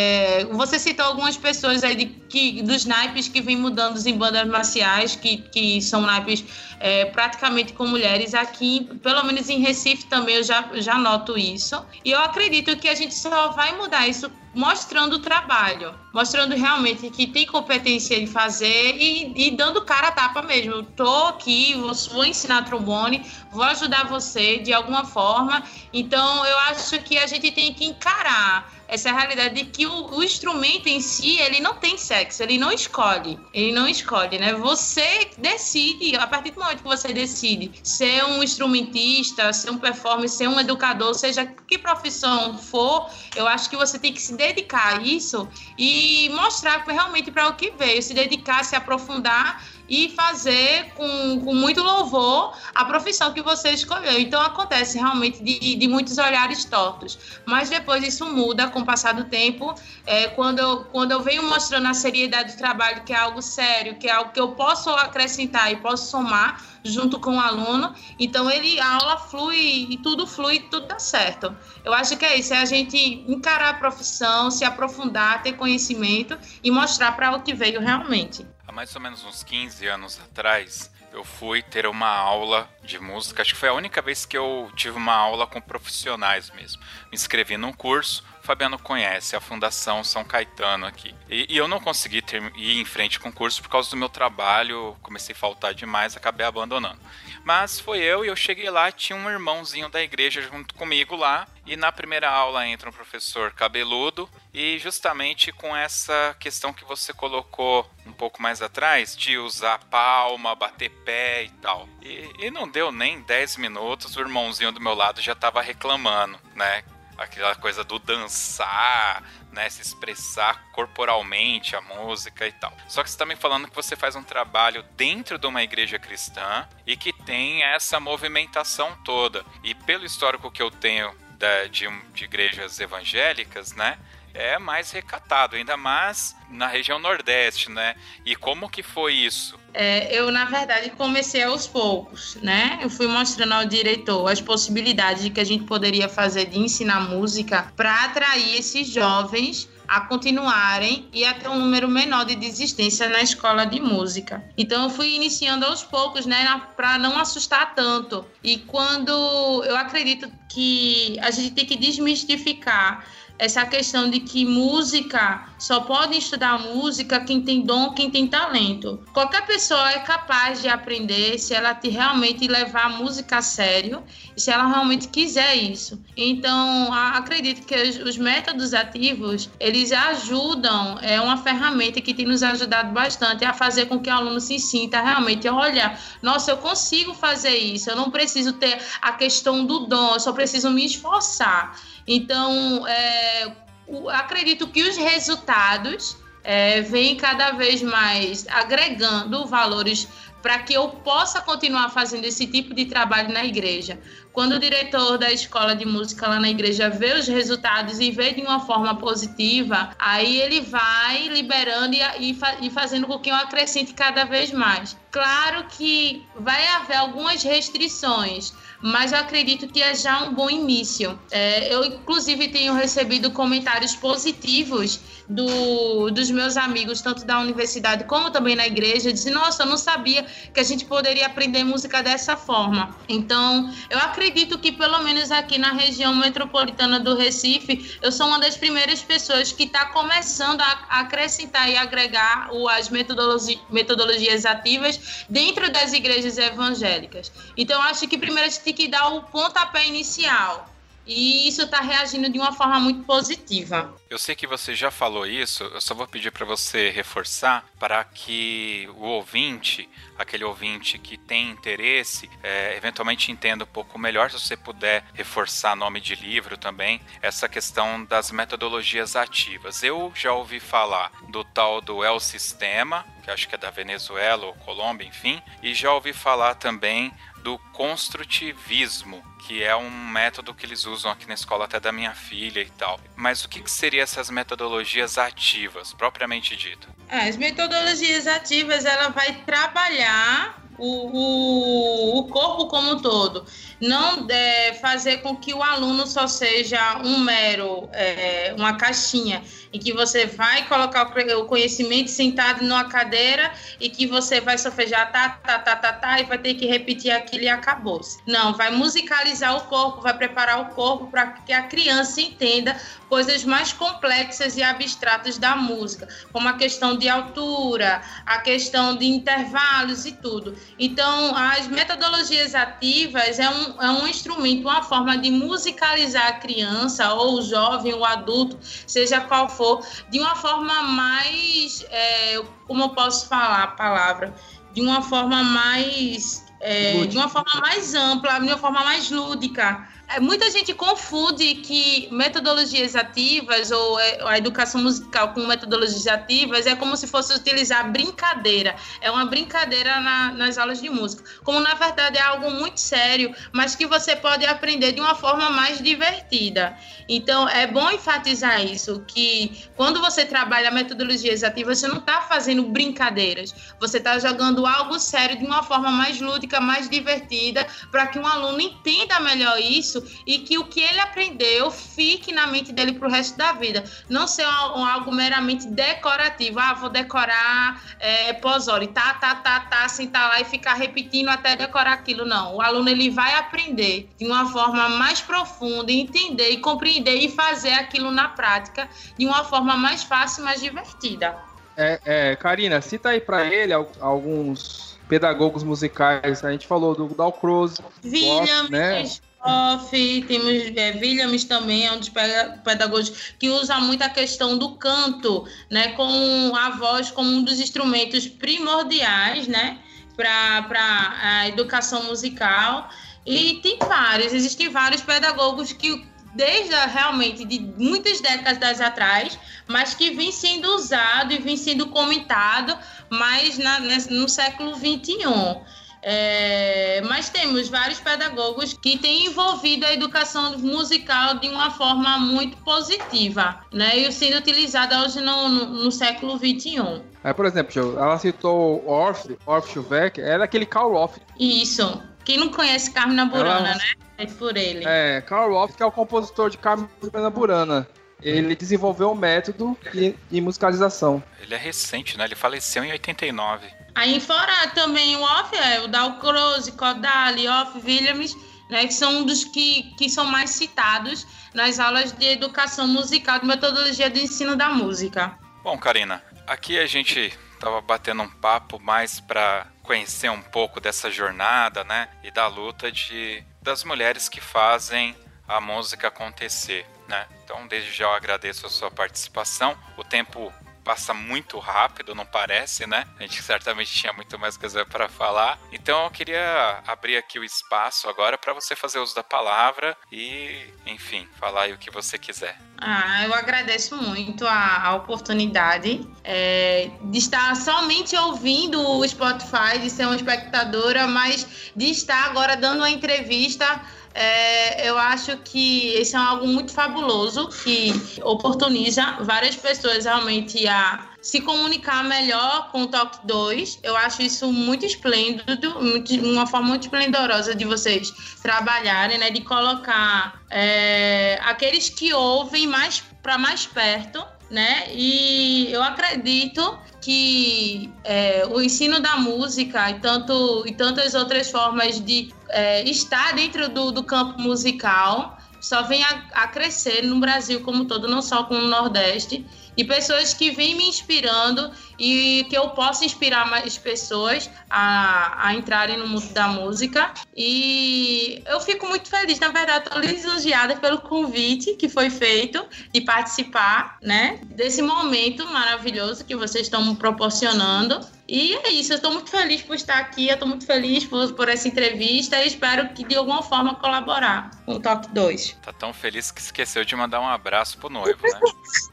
Você citou algumas pessoas aí dos naipes que vêm mudando em bandas marciais, que são naipes praticamente com mulheres. Aqui, pelo menos em Recife também eu já noto isso. E eu acredito que a gente só vai mudar isso mostrando o trabalho, mostrando realmente que tem competência de fazer e dando cara a tapa mesmo. Eu tô aqui, vou ensinar trombone, vou ajudar você de alguma forma. Então eu acho que a gente tem que encarar essa realidade de que o instrumento em si, ele não tem sexo, ele não escolhe, né? Você decide, a partir do momento que você decide ser um instrumentista, ser um performer, ser um educador, seja que profissão for, eu acho que você tem que se dedicar a isso e mostrar realmente para o que veio, se dedicar, se aprofundar e fazer com muito louvor a profissão que você escolheu. Então acontece realmente de muitos olhares tortos, mas depois isso muda com o passar do tempo, quando eu venho mostrando a seriedade do trabalho, que é algo sério, que é algo que eu posso acrescentar e posso somar junto com o aluno, então a aula flui e tudo dá certo. Eu acho que é isso, é a gente encarar a profissão, se aprofundar, ter conhecimento e mostrar para o que veio realmente. Há mais ou menos uns 15 anos atrás, eu fui ter uma aula de música. Acho que foi a única vez que eu tive uma aula com profissionais mesmo. Me inscrevi num curso, o Fabiano conhece, a Fundação São Caetano aqui. E eu não consegui ir em frente com o curso por causa do meu trabalho, comecei a faltar demais, acabei abandonando. Mas foi eu cheguei lá, tinha um irmãozinho da igreja junto comigo lá, e na primeira aula entra um professor cabeludo, e justamente com essa questão que você colocou um pouco mais atrás, de usar palma, bater pé e tal. E não deu nem 10 minutos, o irmãozinho do meu lado já estava reclamando, né? Aquela coisa do dançar, né, se expressar corporalmente a música e tal. Só que você está me falando que você faz um trabalho dentro de uma igreja cristã e que tem essa movimentação toda. E pelo histórico que eu tenho de igrejas evangélicas, né, é mais recatado, ainda mais na região Nordeste, né? E como que foi isso? Eu, na verdade, comecei aos poucos, né? Eu fui mostrando ao diretor as possibilidades que a gente poderia fazer de ensinar música para atrair esses jovens a continuarem e a ter um número menor de desistência na escola de música. Então eu fui iniciando aos poucos, né, para não assustar tanto. E quando eu acredito que a gente tem que desmistificar essa questão de que música, só pode estudar música quem tem dom, quem tem talento. Qualquer pessoa é capaz de aprender se ela realmente levar a música a sério e se ela realmente quiser isso. Então, acredito que os métodos ativos, eles ajudam, é uma ferramenta que tem nos ajudado bastante a fazer com que o aluno se sinta realmente, olha, nossa, eu consigo fazer isso, eu não preciso ter a questão do dom, eu só preciso me esforçar. Então, acredito que os resultados vêm cada vez mais agregando valores para que eu possa continuar fazendo esse tipo de trabalho na igreja. Quando o diretor da escola de música lá na igreja vê os resultados e vê de uma forma positiva, aí ele vai liberando e fazendo com que eu acrescente cada vez mais. Claro que vai haver algumas restrições, mas eu acredito que é já um bom início. Eu, inclusive, tenho recebido comentários positivos dos meus amigos, tanto da universidade como também na igreja, dizendo, nossa, eu não sabia que a gente poderia aprender música dessa forma. Então, eu acredito que, pelo menos aqui na região metropolitana do Recife, eu sou uma das primeiras pessoas que está começando a acrescentar e agregar as metodologias ativas dentro das igrejas evangélicas. Então, acho que primeiro a gente tem que dar o pontapé inicial. E isso está reagindo de uma forma muito positiva. Eu sei que você já falou isso, eu só vou pedir para você reforçar para que o ouvinte, aquele ouvinte que tem interesse, eventualmente entenda um pouco melhor, se você puder reforçar nome de livro também, essa questão das metodologias ativas. Eu já ouvi falar do tal do El Sistema, que acho que é da Venezuela ou Colômbia, enfim, e já ouvi falar também do construtivismo, que é um método que eles usam aqui na escola até da minha filha e tal. Mas o que seriam essas metodologias ativas, propriamente dito? As metodologias ativas, ela vai trabalhar o corpo como um todo. Não fazer com que o aluno só seja uma caixinha em que você vai colocar o conhecimento sentado numa cadeira e que você vai solfejar e vai ter que repetir aquilo e acabou-se. Não, vai musicalizar o corpo, vai preparar o corpo para que a criança entenda coisas mais complexas e abstratas da música, como a questão de altura, a questão de intervalos e tudo. Então, as metodologias ativas é um instrumento, uma forma de musicalizar a criança, ou o jovem, ou o adulto, seja qual for, de uma forma mais, como eu posso falar a palavra, de uma forma mais ampla, de uma forma mais lúdica. Muita gente confunde que metodologias ativas ou a educação musical com metodologias ativas é como se fosse utilizar brincadeira. É uma brincadeira nas aulas de música. Como, na verdade, é algo muito sério, mas que você pode aprender de uma forma mais divertida. Então, é bom enfatizar isso, que quando você trabalha metodologias ativas, você não está fazendo brincadeiras. Você está jogando algo sério de uma forma mais lúdica, mais divertida, para que um aluno entenda melhor isso e que o que ele aprendeu fique na mente dele para o resto da vida. Não ser algo meramente decorativo. Vou decorar Pozzoli, sentar lá e ficar repetindo até decorar aquilo. Não, o aluno ele vai aprender de uma forma mais profunda, entender e compreender e fazer aquilo na prática de uma forma mais fácil e mais divertida. Karina, cita aí para ele alguns pedagogos musicais. A gente falou do Dalcroze, Williams, né? Temos Williams também, é um dos pedagogos que usa muito a questão do canto, né, com a voz como um dos instrumentos primordiais, né, para a educação musical. E existem vários pedagogos que realmente de muitas décadas atrás, mas que vem sendo usado e vem sendo comentado mais no século XXI. Mas temos vários pedagogos que têm envolvido a educação musical de uma forma muito positiva, né? E sendo utilizada hoje no século XXI. Por exemplo, ela citou Orff Schubeck, é daquele Karl Orff. Isso. Quem não conhece Carmina Burana, né? É por ele. Karl Orff, que é o compositor de Carmina Burana. Ele desenvolveu um método de musicalização. Ele é recente, né? Ele faleceu em 89. Aí fora também o Orff, o Dalcroze, Kodaly, Orff, Williams né, que são um dos que são mais citados nas aulas de educação musical, de metodologia do ensino da música. Bom, Karina, aqui a gente estava batendo um papo mais para conhecer um pouco dessa jornada, né, e da luta das mulheres que fazem a música acontecer, né? Então, desde já eu agradeço a sua participação. O tempo passa muito rápido, não parece, né? A gente certamente tinha muito mais coisa para falar. Então, eu queria abrir aqui o espaço agora para você fazer uso da palavra e, enfim, falar aí o que você quiser. Eu agradeço muito a oportunidade de estar somente ouvindo o Spotify, de ser uma espectadora, mas de estar agora dando uma entrevista. Eu acho que esse é algo muito fabuloso que oportuniza várias pessoas realmente a se comunicar melhor com o Toque 2. Eu acho isso muito esplêndido, uma forma muito esplendorosa de vocês trabalharem, né? De colocar aqueles que ouvem para mais perto, né? E eu acredito que o ensino da música e tantas outras formas de estar dentro do campo musical só vem a crescer no Brasil como um todo, não só com o Nordeste, e pessoas que vêm me inspirando e que eu possa inspirar mais pessoas a entrarem no mundo da música. E eu fico muito feliz, na verdade, estou lisonjeada pelo convite que foi feito de participar, né, desse momento maravilhoso que vocês estão me proporcionando. E é isso, eu estou muito feliz por estar aqui, eu estou muito feliz por essa entrevista e espero que de alguma forma colaborar com o Toque 2. Tá tão feliz que esqueceu de mandar um abraço pro noivo, né?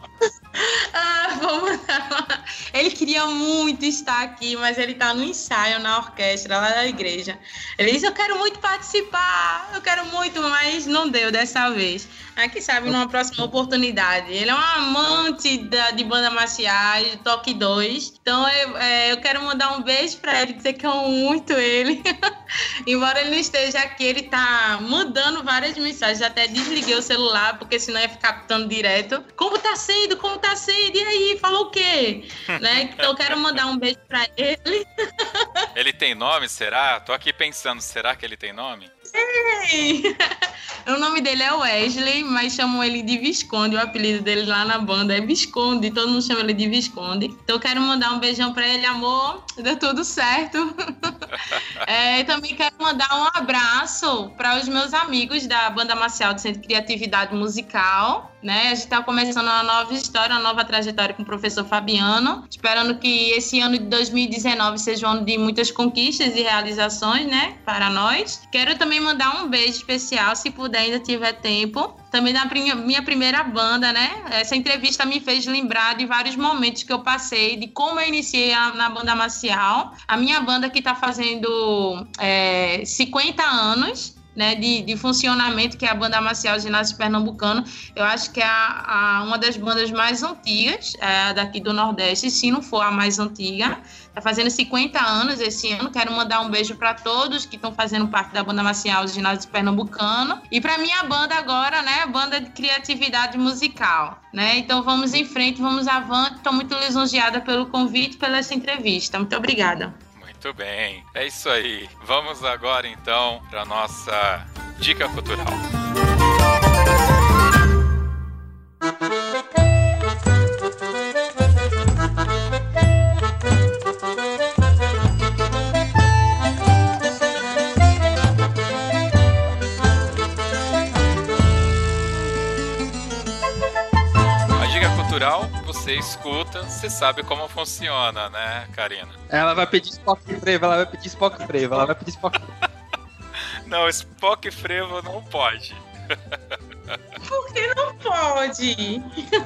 Vou mandar. Ele queria muito estar aqui, mas ele tá no ensaio na orquestra lá da igreja. Ele disse, eu quero muito participar, eu quero muito, mas não deu dessa vez. Quem sabe numa próxima oportunidade. Ele é um amante de banda marciais, de Toque 2. Então eu quero mandar um beijo pra ele, dizer que eu amo muito ele. Embora ele não esteja aqui, ele tá mandando várias mensagens. Já até desliguei o celular, porque senão ia ficar captando direto. Como tá sendo? E aí, falou o quê? Né? Então eu quero mandar um beijo pra ele. Ele tem nome, será? Tô aqui pensando, será que ele tem nome? O nome dele é Wesley, mas chamam ele de Visconde. O apelido dele lá na banda é Visconde, todo mundo chama ele de Visconde. Então eu quero mandar um beijão pra ele, amor, deu tudo certo. Também quero mandar um abraço para os meus amigos da Banda Marcial do Centro de Criatividade Musical, né? A gente tá começando uma nova história, uma nova trajetória com o professor Fabiano, esperando que esse ano de 2019 seja um ano de muitas conquistas e realizações, né, para nós. Quero também mandar um beijo especial, se puder, ainda tiver tempo, também da minha primeira banda, né? Essa entrevista me fez lembrar de vários momentos que eu passei, de como eu iniciei na Banda Marcial. A minha banda que está fazendo 50 anos, né, de funcionamento, que é a Banda Marcial Ginásio Pernambucano. Eu acho que é uma das bandas mais antigas daqui do Nordeste, se não for a mais antiga. Está fazendo 50 anos esse ano. Quero mandar um beijo para todos que estão fazendo parte da Banda Marcial Ginásio Pernambucano. E para minha banda agora, né, Banda de Criatividade Musical, né? Então vamos em frente, vamos avante. Estou muito lisonjeada pelo convite, pela essa entrevista. Muito obrigada. Muito bem, é isso aí. Vamos agora então para nossa dica cultural. Você escuta, você sabe como funciona, né, Karina? Ela vai pedir Spock Frevo, Não, Spock Frevo não pode. Por que não pode?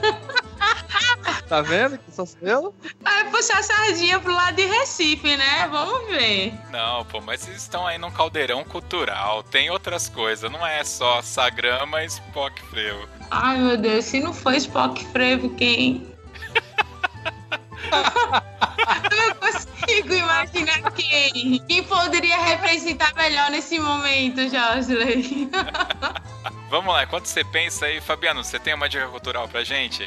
Tá vendo que sou seu? Vai puxar a sardinha pro lado de Recife, né? Vamos ver. Não, pô, mas eles estão aí num caldeirão cultural. Tem outras coisas, não é só Sagrama e Spock Frevo. Ai, meu Deus, se não for Spock Frevo, quem? Eu não consigo imaginar quem poderia representar melhor nesse momento, Josley. Vamos lá, enquanto você pensa aí, Fabiano, você tem uma dica cultural pra gente?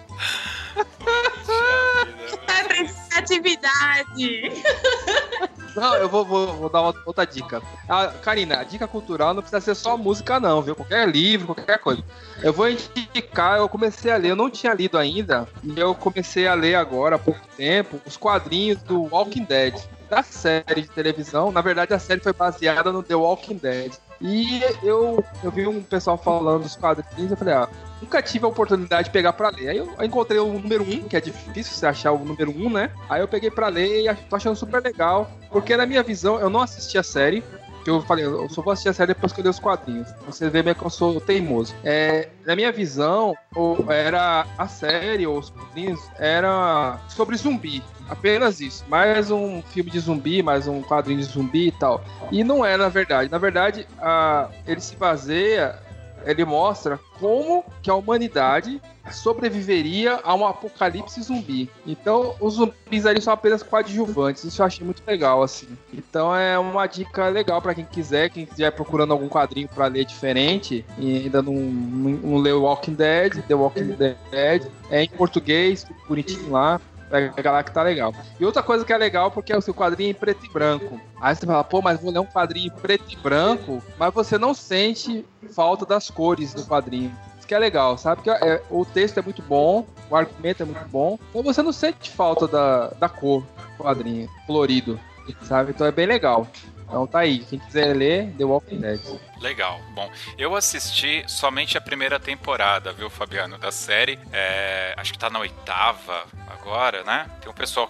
Representatividade. Não, eu vou dar outra dica. Karina, a dica cultural não precisa ser só música, não, viu? Qualquer livro, qualquer coisa. Eu vou indicar, eu comecei a ler, eu não tinha lido ainda, e eu comecei a ler agora, há pouco tempo, os quadrinhos do Walking Dead, da série de televisão. Na verdade, a série foi baseada no The Walking Dead. E eu vi um pessoal falando dos quadrinhos, eu falei, nunca tive a oportunidade de pegar pra ler. Aí eu encontrei o número 1, que é difícil você achar o número 1, né? Aí eu peguei pra ler e tô achando super legal, porque na minha visão, eu não assisti a série, eu falei, eu só vou assistir a série depois que eu ler os quadrinhos. Você vê meio que eu sou teimoso. Na minha visão, era a série, ou os quadrinhos, era sobre zumbi. Apenas isso. Mais um filme de zumbi, mais um quadrinho de zumbi e tal. E não é, na verdade. Na verdade, ele se baseia, ele mostra como que a humanidade sobreviveria a um apocalipse zumbi. Então, os zumbis ali são apenas coadjuvantes. Isso eu achei muito legal, assim. Então, é uma dica legal pra quem quiser procurando algum quadrinho pra ler diferente e ainda não leu Walking Dead, The Walking Dead. É em português, tudo bonitinho lá. Pega lá que tá legal. E outra coisa que é legal, porque é o seu quadrinho em preto e branco. Aí você fala, pô, mas vou ler um quadrinho em preto e branco, mas você não sente falta das cores do quadrinho. Isso que é legal, sabe? Que o texto é muito bom, o argumento é muito bom, então você não sente falta da cor do quadrinho, colorido, sabe? Então é bem legal. Então tá aí, quem quiser ler, The Walking Dead. Legal. Bom, eu assisti somente a primeira temporada, viu, Fabiano, da série. Acho que tá na 8ª agora, né? Tem um pessoal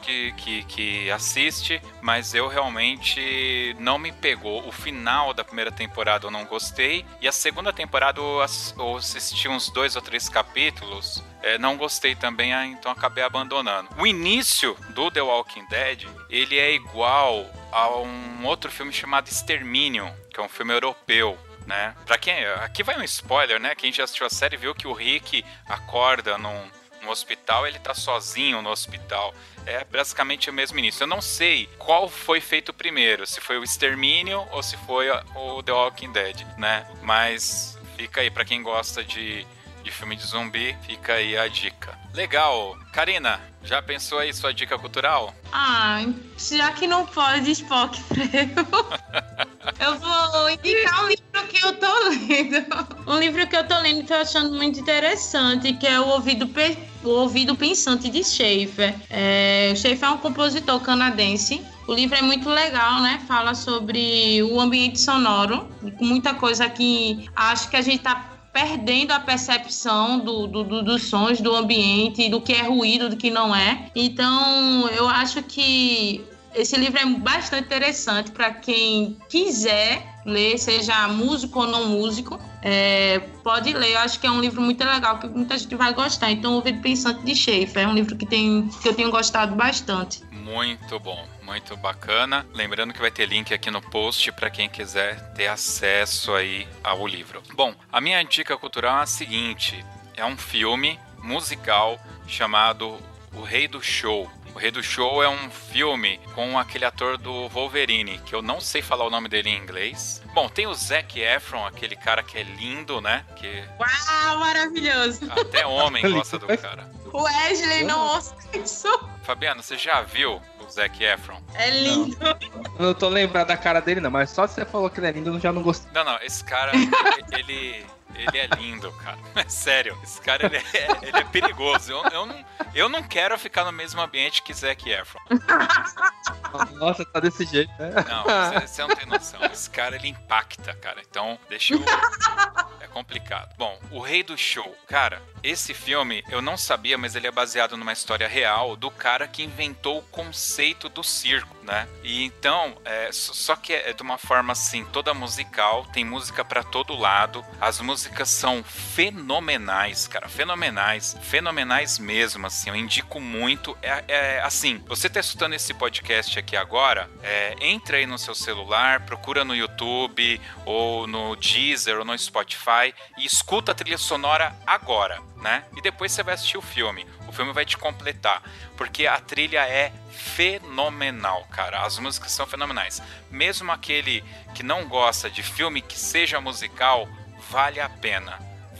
que assiste, mas eu realmente não me pegou. O final da primeira temporada eu não gostei, e a segunda temporada eu assisti uns 2 ou 3 capítulos. Não gostei também, então acabei abandonando. O início do The Walking Dead, ele é igual a um outro filme chamado Extermínio, que é um filme europeu, né? Pra quem... Aqui vai um spoiler, né? Quem já assistiu a série viu que o Rick acorda num hospital, ele tá sozinho no hospital. É basicamente o mesmo início. Eu não sei qual foi feito primeiro, se foi o Extermínio ou se foi o The Walking Dead, né? Mas fica aí, pra quem gosta de filme de zumbi, fica aí a dica. Legal. Karina, já pensou aí sua dica cultural? Já que não pode Spock eu vou indicar um livro que eu tô lendo. Um livro que eu tô lendo e tô achando muito interessante, que é O Ouvido Pensante de Schaeffer. O Schaeffer é um compositor canadense. O livro é muito legal, né? Fala sobre o ambiente sonoro, com muita coisa que acho que a gente tá perdendo a percepção dos sons, do ambiente, do que é ruído, do que não é. Então, eu acho que esse livro é bastante interessante para quem quiser ler, seja músico ou não músico. Pode ler, eu acho que é um livro muito legal, que muita gente vai gostar. Então, O Ouvido Pensante de Schaeffer é um livro que eu tenho gostado bastante. Muito bom, muito bacana. Lembrando que vai ter link aqui no post para quem quiser ter acesso aí ao livro. Bom, a minha dica cultural é a seguinte: é um filme musical chamado O Rei do Show. O Rei do Show é um filme com aquele ator do Wolverine, que eu não sei falar o nome dele em inglês. Bom, tem o Zac Efron, aquele cara que é lindo, né? Uau, maravilhoso! Até homem gosta do cara. O Wesley, nossa, isso! Fabiano, você já viu o Zac Efron? É lindo! Eu não tô lembrado da cara dele, não, mas só você falou que ele é lindo, eu já não gostei. Não, esse cara, ele é lindo, cara. É sério, esse cara, ele é perigoso. Eu não quero ficar no mesmo ambiente que Zac Efron. Nossa, tá desse jeito, né? Não, você não tem noção. Esse cara, ele impacta, cara. Então, deixa eu... É complicado. Bom, O Rei do Show. Cara, esse filme, eu não sabia, mas ele é baseado numa história real do cara que inventou o conceito do circo, né? E então, só que é de uma forma assim, toda musical, tem música pra todo lado. As músicas são fenomenais, cara. Fenomenais mesmo, assim. Eu indico muito. Assim, você tá escutando esse podcast aqui agora, entra aí no seu celular, procura no YouTube, ou no Deezer, ou no Spotify, e escuta a trilha sonora agora, né? E depois você vai assistir o filme. O filme vai te completar, porque a trilha é fenomenal, cara. As músicas são fenomenais. Mesmo aquele que não gosta de filme que seja musical, vale a pena.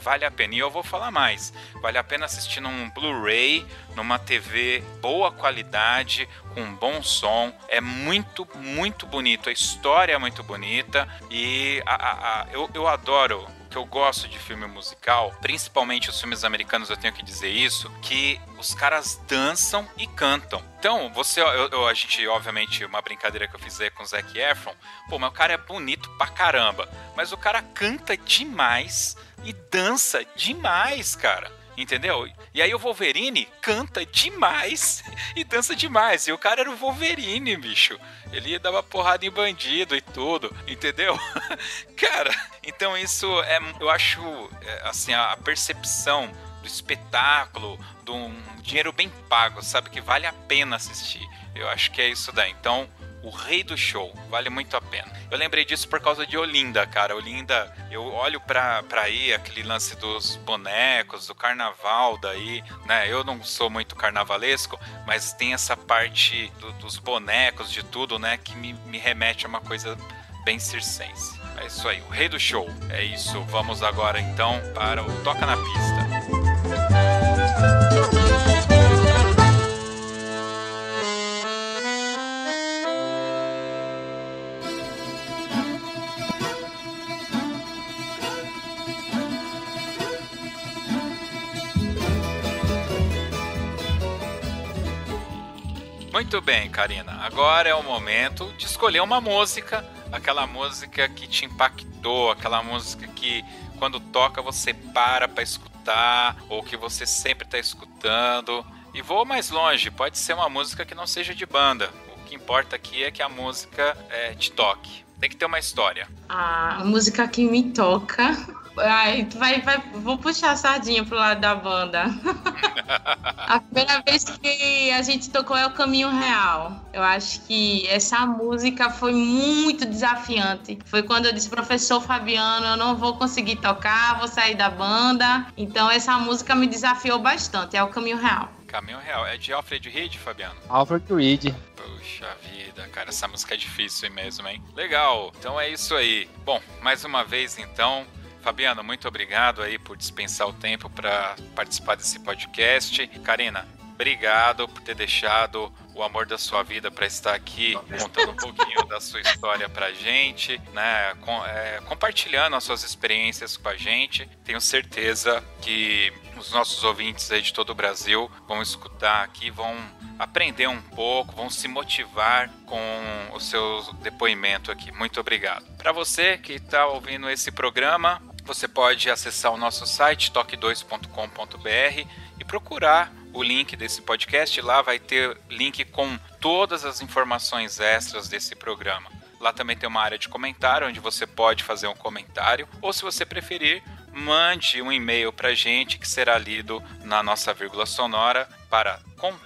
vale a pena. E eu vou falar mais, vale a pena assistir num Blu-ray, numa TV boa qualidade, com bom som. É muito, muito bonito, a história é muito bonita e eu adoro. Que eu gosto de filme musical, principalmente os filmes americanos, eu tenho que dizer isso, que os caras dançam e cantam. Então, a gente, obviamente, uma brincadeira que eu fiz aí com o Zac Efron, pô, mas o cara é bonito pra caramba, mas o cara canta demais e dança demais, cara. Entendeu? E aí o Wolverine canta demais e dança demais. E o cara era o Wolverine, bicho. Ele dava porrada em bandido e tudo, entendeu? Cara, então isso eu acho, assim, a percepção do espetáculo, de um dinheiro bem pago, sabe? Que vale a pena assistir. Eu acho que é isso daí. Então, o rei do show, vale muito a pena. Eu lembrei disso por causa de Olinda, cara. Olinda, eu olho pra aí, aquele lance dos bonecos, do carnaval daí, né? Eu não sou muito carnavalesco, mas tem essa parte dos bonecos, de tudo, né? Que me remete a uma coisa bem circense. É isso aí, o rei do show. É isso, vamos agora então para o Toca na Pista. Muito bem, Karina. Agora é o momento de escolher uma música, aquela música que te impactou, aquela música que quando toca você para escutar, ou que você sempre está escutando. E vou mais longe, pode ser uma música que não seja de banda. O que importa aqui é que a música te toque. Tem que ter uma história. A música que me toca... Ai, vou puxar a sardinha pro lado da banda. A primeira vez que a gente tocou é o Caminho Real. Eu acho que essa música foi muito desafiante. Foi quando eu disse, professor Fabiano, eu não vou conseguir tocar, vou sair da banda. Então essa música me desafiou bastante, é o Caminho Real. Caminho Real, é de Alfred Reed, Fabiano? Alfred Reed. Puxa vida, cara, essa música é difícil mesmo, hein? Legal, então é isso aí. Bom, mais uma vez então... Fabiano, muito obrigado aí por dispensar o tempo para participar desse podcast. Karina, obrigado por ter deixado o amor da sua vida para estar aqui contando um pouquinho da sua história pra gente, né? Compartilhando as suas experiências com a gente. Tenho certeza que os nossos ouvintes aí de todo o Brasil vão escutar aqui, vão aprender um pouco, vão se motivar com o seu depoimento aqui. Muito obrigado. Para você que está ouvindo esse programa, você pode acessar o nosso site toque2.com.br e procurar o link desse podcast. Lá vai ter link com todas as informações extras desse programa. Lá também tem uma área de comentário, onde você pode fazer um comentário, ou se você preferir, mande um e-mail para a gente, que será lido na nossa vírgula sonora para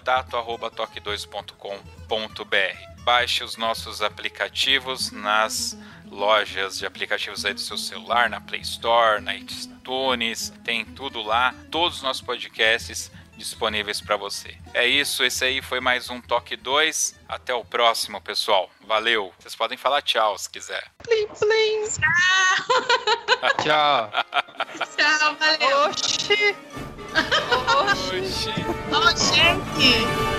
contato@toque2.com.br. Baixe os nossos aplicativos nas lojas de aplicativos aí do seu celular, na Play Store, na iTunes, tem tudo lá, todos os nossos podcasts disponíveis para você. É isso, esse aí foi mais um Toque 2. Até o próximo, pessoal. Valeu. Vocês podem falar tchau se quiser. Plim, plim. Tchau. Tchau, valeu. Oxi. Oxi. Oh, gente.